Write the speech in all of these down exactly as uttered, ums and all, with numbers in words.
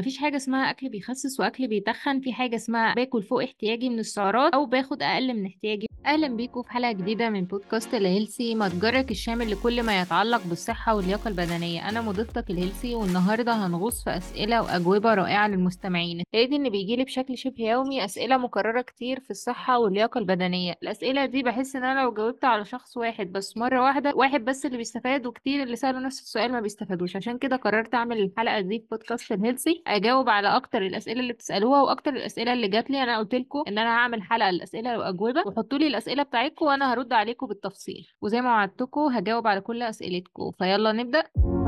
مفيش حاجة اسمها أكل بيخسس وأكل بيتخن، في حاجة اسمها باكل فوق احتياجي من السعرات أو باخد أقل من احتياجي. أهلا بيكم في حلقة جديدة من بودكاست الهيلسي، متجرك الشامل لكل ما يتعلق بالصحة واللياقة البدنية. أنا مضيفتك الهيلسي، والنهاردة هنغوص في أسئلة وأجوبة رائعة للمستمعين. لقيت إن بيجيلي بشكل شبه يومي أسئلة مكررة كتير في الصحة واللياقة البدنية. الأسئلة دي بحس إن أنا لو جاوبت على شخص واحد بس مرة واحدة، واحد بس اللي بيستفاد وكتير اللي سألوا نفس السؤال ما بيستفادوش. عشان كده قررت أعمل الحلقة دي في بودكاست الهيلسي، أجاوب على أكتر الأسئلة اللي بتسألوها وأكتر الأسئلة اللي جات لي. أنا قلت لكم إن أنا هعمل حلقة الأسئلة وأجوبة، وحطوا لي الأسئلة بتاعتكم وانا هرد عليكم بالتفصيل، وزي ما وعدتكم هجاوب على كل اسئلتكم. فيلا نبدأ.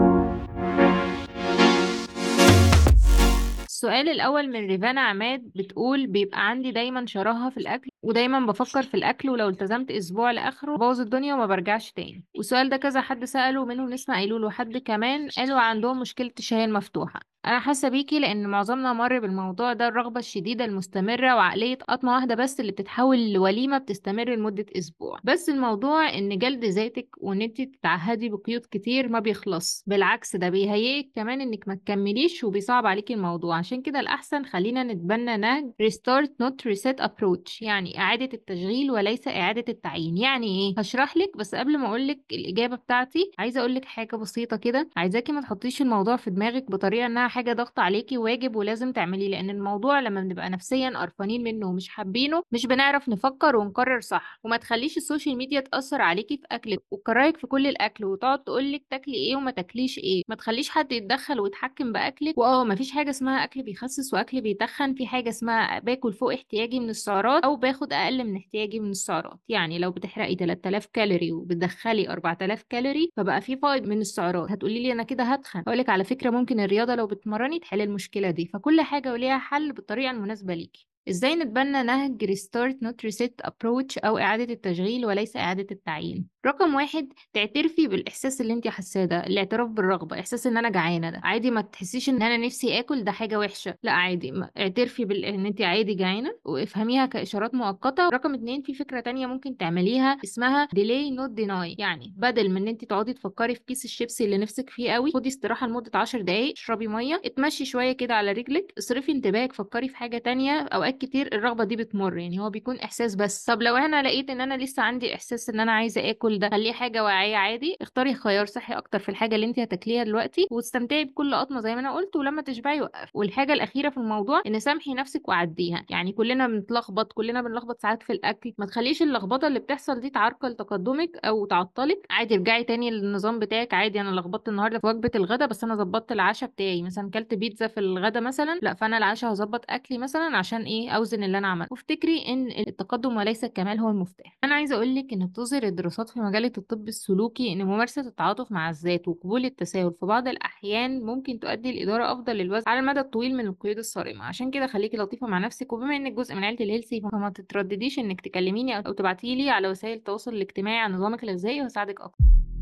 السؤال الأول من ريفانا عماد، بتقول بيبقى عندي دايما شراهة في الأكل ودايما بفكر في الأكل، ولو التزمت أسبوع لآخره بوظ الدنيا وما برجعش تاني. والسؤال ده كذا حد سأله، منهم نسمة قايلوا له، حد كمان قالوا عندهم مشكلة الشهية المفتوحة. أنا حاسة بيكي لأن معظمنا مر بالموضوع ده، الرغبة الشديدة المستمرة وعقلية قطمة واحدة بس اللي بتتحول لوليمة بتستمر لمدة أسبوع. بس الموضوع إن جلد ذاتك وإن انت تتعهدي بقيود كتير ما بيخلص، بالعكس ده بيهيئك كمان إنك ما تكمليش وبيصعب عليكي الموضوع. عشان كده الأحسن خلينا نتبنى نهج restart not reset approach، يعني إعادة التشغيل وليس إعادة التعيين. يعني إيه؟ هشرح لك، بس قبل ما أقول لك الإجابة بتاعتي عايزة أقول لك حاجة بسيطة كده. عايزاكي ما تحطيش الموضوع في دماغك بطريقة إنها حاجة ضغط عليكي واجب ولازم تعمليه، لأن الموضوع لما بنبقى نفسيا قرفانين منه ومش حابينه مش بنعرف نفكر ونقرر صح. وما تخليش السوشيال ميديا تأثر عليكي في أكلك وتكرهك في كل الأكل وتقعد تقولك تاكلي إيه وما تاكليش إيه. ما تخليش حد يتدخل ويتحكم بأكلك. وآه مفيش حاجة اسمها أكل بيخسس وأكل بيتخن، في حاجة اسمها باكل فوق احتياجي من السعرات أو باخد أقل من احتياجي من السعرات. يعني لو بتحرقي تلات آلاف كالوري وبتدخلي أربعة آلاف كالوري فبقى في فائض من السعرات. هتقولي لي أنا كده هتخن، هقولك على فكرة ممكن الرياضة لو بتمرني تحل المشكلة دي. فكل حاجة وليها حل بالطريقة المناسبة ليكي. ازاي نتبنى نهج restart not reset approach او اعادة التشغيل وليس اعادة التعيين؟ رقم واحد، تعترفي بالاحساس اللي انت حاساه ده. الاعتراف بالرغبة، احساس ان انا جعانة ده عادي. ما تحسيش ان انا نفسي اكل ده حاجة وحشة، لا عادي. ما- اعترفي بال... ان انت عادي جعانة وافهميها كاشارات مؤقتة. رقم اتنين، في فكرة تانية ممكن تعمليها اسمها delay not deny، يعني بدل من ان انت تقعدي تفكري في كيس الشيبسي اللي نفسك فيه قوي، خدي استراحة لمدة عشر دقايق، اشربي مية، اتمشي شوية كده على رجلك، اصرفي انتباهك، فكري في حاجة تانية. اوقات كتير الرغبة دي بتمر، يعني هو بيكون احساس بس. طب لو انا لقيت ان انا لسه عندي احساس ان انا عايزة اكل ده، خليه حاجة واعية عادي. اختاري خيار صحي اكتر في الحاجة اللي انت هتاكليها دلوقتي، واستمتعي بكل قطمة زي ما انا قلت، ولما تشبعي وقف. والحاجة الاخيرة في الموضوع ان سامحي نفسك وعديها. يعني كلنا بنتلخبط، كلنا بنلخبط ساعات في الاكل. ما تخليش اللخبطة اللي بتحصل دي تعرقل تقدمك او تعطلك. عادي ارجعي تاني للنظام بتاعك. عادي انا لخبطت النهارده في وجبة الغدا، بس انا ظبطت العشاء بتاعي. مثلا كلت بيتزا في الغدا مثلا، لا فانا العشاء هظبط اكلي مثلا عشان ايه؟ اوزن اللي انا عملته. وافتكري ان التقدم وليس الكمال هو المفتاح. انا عايزه اقول لك ان بتظهر الدراسات في مجال الطب السلوكي ان ممارسه التعاطف مع الذات وقبول التساهل في بعض الاحيان ممكن تؤدي لاداره افضل للوزن على المدى الطويل من القيود الصارمه. عشان كده خليكي لطيفه مع نفسك. وبما انك جزء من عيله الهيلثي فما تتردديش انك تكلميني او تبعتي لي على وسائل التواصل الاجتماعي عن نظامك الغذائي وهساعدك اكتر.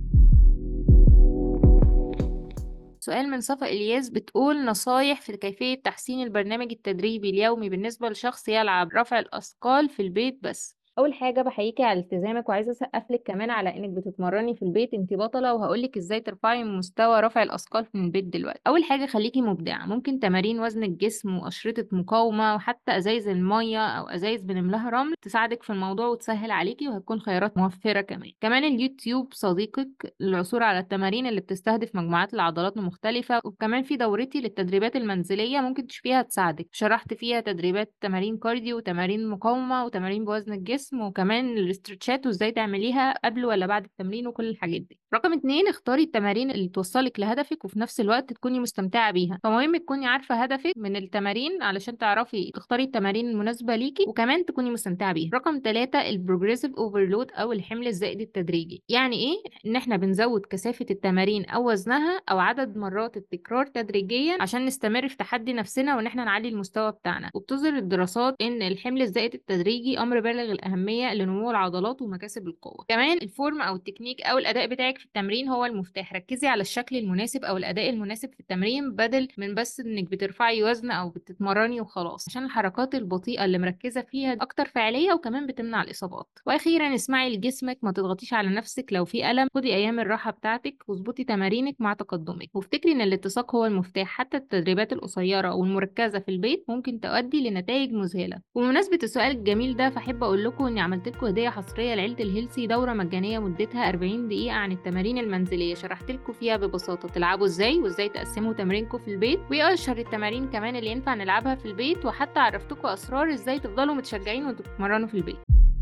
سؤال من صفا إلياس، بتقول نصايح في كيفية تحسين البرنامج التدريبي اليومي بالنسبة لشخص يلعب رفع الأثقال في البيت بس. اول حاجه بحييكي على التزامك، وعايزه اسقف لك كمان على انك بتتمرني في البيت. انت بطله، وهقول لك ازاي ترفعي من مستوى رفع الاثقال في البيت دلوقتي. اول حاجه خليكي مبدعه. ممكن تمارين وزن الجسم واشرطه مقاومه وحتى ازايز الميه او ازايز بنملاها رمل تساعدك في الموضوع وتسهل عليكي، وهتكون خيارات موفره. كمان كمان اليوتيوب صديقك للعثور على التمارين اللي بتستهدف مجموعات العضلات المختلفه. وكمان في دورتي للتدريبات المنزليه ممكن تشوفيها تساعدك، شرحت فيها تدريبات تمارين كارديو وتمارين مقاومه وتمارين بوزن الجسم، وكمان الاسترتشات وازاي تعمليها قبل ولا بعد التمرين وكل الحاجات دي. رقم اتنين، اختاري التمارين اللي توصلك لهدفك وفي نفس الوقت تكوني مستمتعة بيها. فمهم تكوني عارفة هدفك من التمارين علشان تعرفي تختاري التمارين المناسبة ليكي وكمان تكوني مستمتعة بيها. رقم ثلاثة، البروجريسيف اوفرلود او الحمل الزائد التدريجي. يعني ايه؟ ان احنا بنزود كثافة التمارين او وزنها او عدد مرات التكرار تدريجيا عشان نستمر في تحدي نفسنا وان احنا نعلي المستوى بتاعنا. وبتظهر الدراسات ان الحمل الزائد التدريجي امر بالغ الاهميه لنمو العضلات ومكاسب القوه. كمان الفورم او التكنيك او الاداء بتاعك بتاعك في التمرين هو المفتاح. ركزي على الشكل المناسب أو الأداء المناسب في التمرين بدل من بس إنك بترفعي وزن أو بتتمرني وخلاص، عشان الحركات البطيئة اللي مركزة فيها أكتر فعالية وكمان بتمنع الإصابات. وأخيرا اسمعي لجسمك، ما تضغطيش على نفسك. لو في ألم خدي أيام الراحة بتاعتك واظبطي تمارينك مع تقدمك، وافتكري إن الاتساق هو المفتاح. حتى التدريبات القصيرة والمركزة في البيت ممكن تؤدي لنتائج مذهلة. وبمناسبة السؤال الجميل ده، فأحب أقول لكم إني عملت لكم هدية حصرية لعيلة الهيلسي، دورة مجانية مدتها أربعين دقيقة عن التمارين المنزلية. شرحت لكم فيها ببساطة تلعبوا إزاي وإزاي تقسموا تمرينكم في البيت، وإيه أشهر التمارين كمان اللي ينفع نلعبها في البيت، وحتى عرفتكم أسرار إزاي تفضلوا متشجعين وانتوا بتتمرنوا في البيت.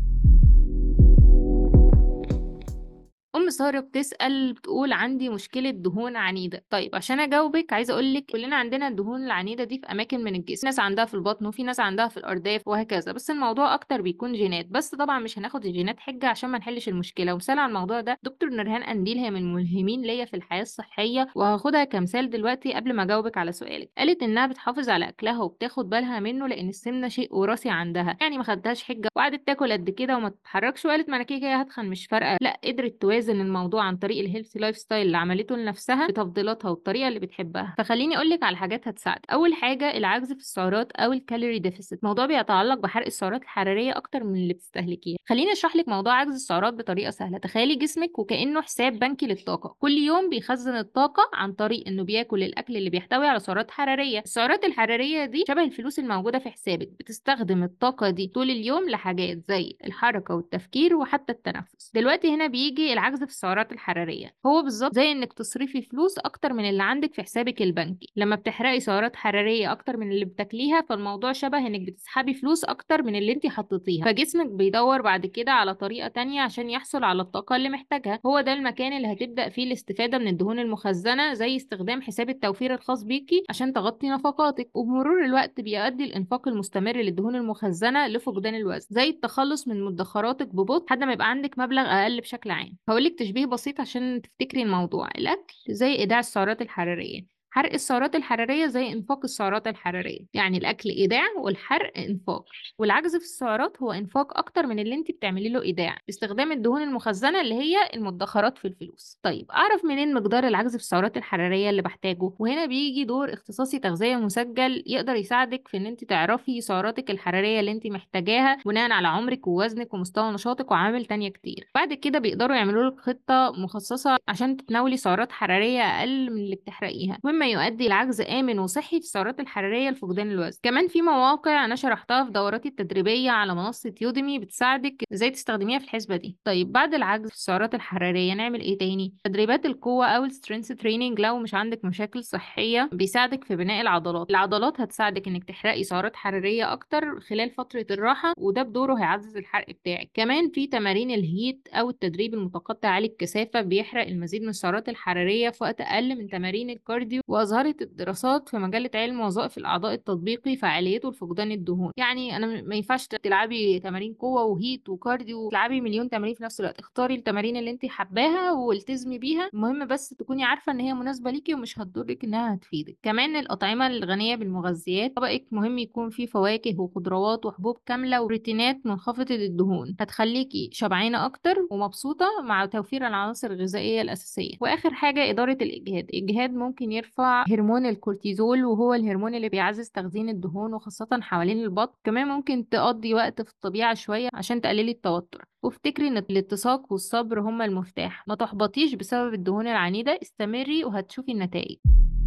أم سارة بتسأل بتقول عندي مشكلة دهون عنيدة. طيب عشان أجاوبك عايزة أقولك كلنا عندنا الدهون العنيدة دي في أماكن من الجسم، ناس عندها في البطن وفي ناس عندها في الأرداف وهكذا، بس الموضوع أكتر بيكون جينات. بس طبعا مش هناخد الجينات حجة عشان ما نحلش المشكلة. ومثال على الموضوع ده دكتور نورهان قنديل، هي من الملهمين ليا في الحياة الصحية، وهاخدها كمثال دلوقتي قبل ما أجاوبك على سؤالك. قالت إنها بتحافظ على أكلها وبتاخد بالها منه لأن السمنة شيء وراثي عندها، يعني ما خدتهاش حجة وقعدت تاكل قد كده وما تتحركش وقالت ما أنا كده كده هتخن مش فارقة. لا، قدرت توازن الموضوع عن طريق الهيلثي لايف ستايل اللي عملته لنفسها بتفضيلاتها والطريقه اللي بتحبها. فخليني اقول لك على حاجات هتساعدك. اول حاجه العجز في السعرات او الكالوري ديفيسيت، موضوع بيتعلق بحرق السعرات الحراريه اكتر من اللي بتستهلكيها. خليني اشرح لك موضوع عجز السعرات بطريقه سهله. تخيلي جسمك وكانه حساب بنكي للطاقه، كل يوم بيخزن الطاقه عن طريق انه بياكل الاكل اللي بيحتوي على سعرات حراريه. السعرات الحراريه دي شبه الفلوس الموجوده في حسابك، بتستخدم الطاقه دي طول اليوم لحاجات زي الحركه والتفكير وحتى التنفس. دلوقتي هنا بيجي العجز في السعرات الحراريه، هو بالظبط زي انك تصرفي فلوس اكتر من اللي عندك في حسابك البنكي. لما بتحرقي سعرات حراريه اكتر من اللي بتاكليها، فالموضوع شبه انك بتسحبي فلوس اكتر من اللي انت حطيتيها، فجسمك بيدور بعد كده على طريقه تانية عشان يحصل على الطاقه اللي محتاجها. هو ده المكان اللي هتبدا فيه الاستفاده من الدهون المخزنه، زي استخدام حساب التوفير الخاص بيكي عشان تغطي نفقاتك. وبمرور الوقت بيؤدي الانفاق المستمر للدهون المخزنه لفقدان الوزن، زي التخلص من مدخراتك ببطء لحد ما يبقى عندك مبلغ اقل بشكل عام. هقولك تشبيه بسيط عشان تفتكري الموضوع. الأكل زي إيداع السعرات الحرارية، حرق السعرات الحرارية زي إنفاق السعرات الحرارية. يعني الأكل إيداع والحرق إنفاق، والعجز في السعرات هو إنفاق أكتر من اللي أنت بتعملي له إيداع باستخدام الدهون المخزنة اللي هي المدخرات في الفلوس. طيب أعرف منين مقدار العجز في السعرات الحرارية اللي بحتاجه؟ وهنا بيجي دور اختصاصي تغذية مسجل يقدر يساعدك في إن أنت تعرفي سعراتك الحرارية اللي أنت محتاجاها بناء على عمرك ووزنك ومستوى نشاطك وعوامل تانية كتير. بعد كده بيقدروا يعملوا لك خطة مخصصة عشان تتناولي سعرات حرارية أقل من اللي بتحرقيها، مما يؤدي لعجز آمن وصحي في السعرات الحرارية لفقدان الوزن. كمان في مواقع أنا شرحتها في دوراتي التدريبية على منصة يوديمي بتساعدك إزاي تستخدميها في الحسبة دي. طيب بعد العجز في السعرات الحرارية نعمل إيه تاني؟ تدريبات القوة أو السترينث تريننج لو مش عندك مشاكل صحية بيساعدك في بناء العضلات. العضلات هتساعدك إنك تحرقي سعرات حرارية أكتر خلال فترة الراحة، وده بدوره هيعزز الحرق بتاعك. كمان في تمارين الهيت أو التدريب المتقطع عالي الكثافة بيحرق المزيد من السعرات الحرارية في وقت أقل من تمارين الكارديو. وأظهرت الدراسات في مجلة علم وظائف الأعضاء التطبيقي فعاليته لفقدان الدهون. يعني أنا م- ما ينفعش تلعبي تمارين قوة وهيت وكارديو وتلعبي مليون تمارين في نفس الوقت. اختاري التمارين اللي انت حباها والتزمي بيها، المهم بس تكوني عارفة ان هي مناسبة ليكي ومش هتضرك، انها هتفيدك. كمان الأطعمة الغنية بالمغذيات، طبقك مهم يكون فيه فواكه وخضروات وحبوب كاملة وبروتينات منخفضة الدهون، هتخليكي شبعانة أكتر ومبسوطة مع توفير العناصر الغذائية الأساسية. وآخر حاجة إدارة الإجهاد. الإجهاد ممكن يرفع هرمون الكورتيزول، وهو الهرمون اللي بيعزز تخزين الدهون وخاصة حوالين البطن. كمان ممكن تقضي وقت في الطبيعة شوية عشان تقللي التوتر. وافتكري ان الاتساق والصبر هما المفتاح. ما تحبطيش بسبب الدهون العنيدة، استمري وهتشوفي النتائج.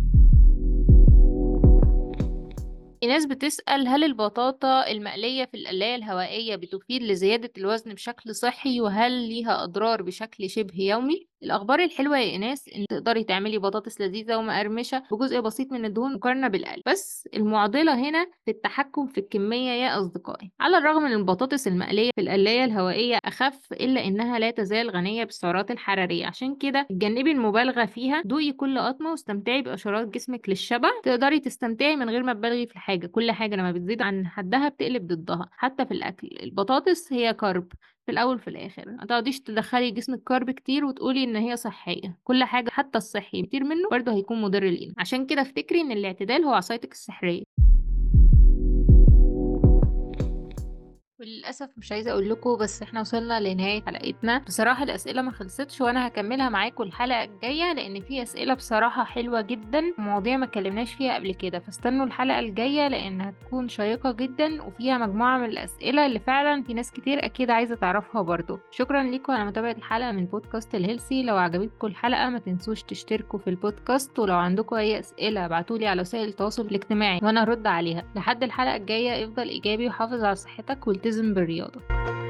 في ناس بتسأل هل البطاطا المقلية في القلاية الهوائية بتفيد لزيادة الوزن بشكل صحي، وهل ليها أضرار بشكل شبه يومي؟ الأخبار الحلوة يا إيناس إن تقدري تعملي بطاطس لذيذة ومقرمشة بجزء بسيط من الدهون مقارنة بالقلي، بس المعضلة هنا في التحكم في الكمية يا أصدقائي. على الرغم من البطاطس المقلية في القلاية الهوائية أخف، إلا إنها لا تزال غنية بالسعرات الحرارية. عشان كده اتجنبي المبالغة فيها، دوقي كل قطمة واستمتعي بإشارات جسمك للشبع. تقدري تستمتعي من غير ما تبالغي في حاجة. كل حاجة لما بتزيد عن حدها بتقلب ضدها. حتى في الأكل، البطاطس هي كارب في الأول في الآخر. ما تقعديش تدخلي جسمك كارب كتير وتقولي إن هي صحية. كل حاجة حتى الصحي كتير منه برضه هيكون مضر لينا. عشان كده افتكري إن الاعتدال هو عصايتك السحرية. وللأسف مش عايزة أقول لكم، بس احنا وصلنا لنهاية حلقتنا. بصراحة الأسئلة ما خلصتش، وأنا هكملها معاكم الحلقة الجاية، لأن في أسئلة بصراحة حلوة جدا، مواضيع ما اتكلمناش فيها قبل كده. فاستنوا الحلقة الجاية لأنها هتكون شيقة جدا، وفيها مجموعة من الأسئلة اللي فعلا في ناس كتير أكيد عايزة تعرفها برضو. شكرا لكم على متابعة الحلقة من بودكاست الهيلسي. لو عجبتكم الحلقة ما تنسوش تشتركوا في البودكاست، ولو عندكم أي أسئلة ابعتولي على وسائل التواصل الاجتماعي وأنا هرد عليها. لحد الحلقة الجاية افضل إيجابي وحافظ على صحتك والتزم بالرياضة.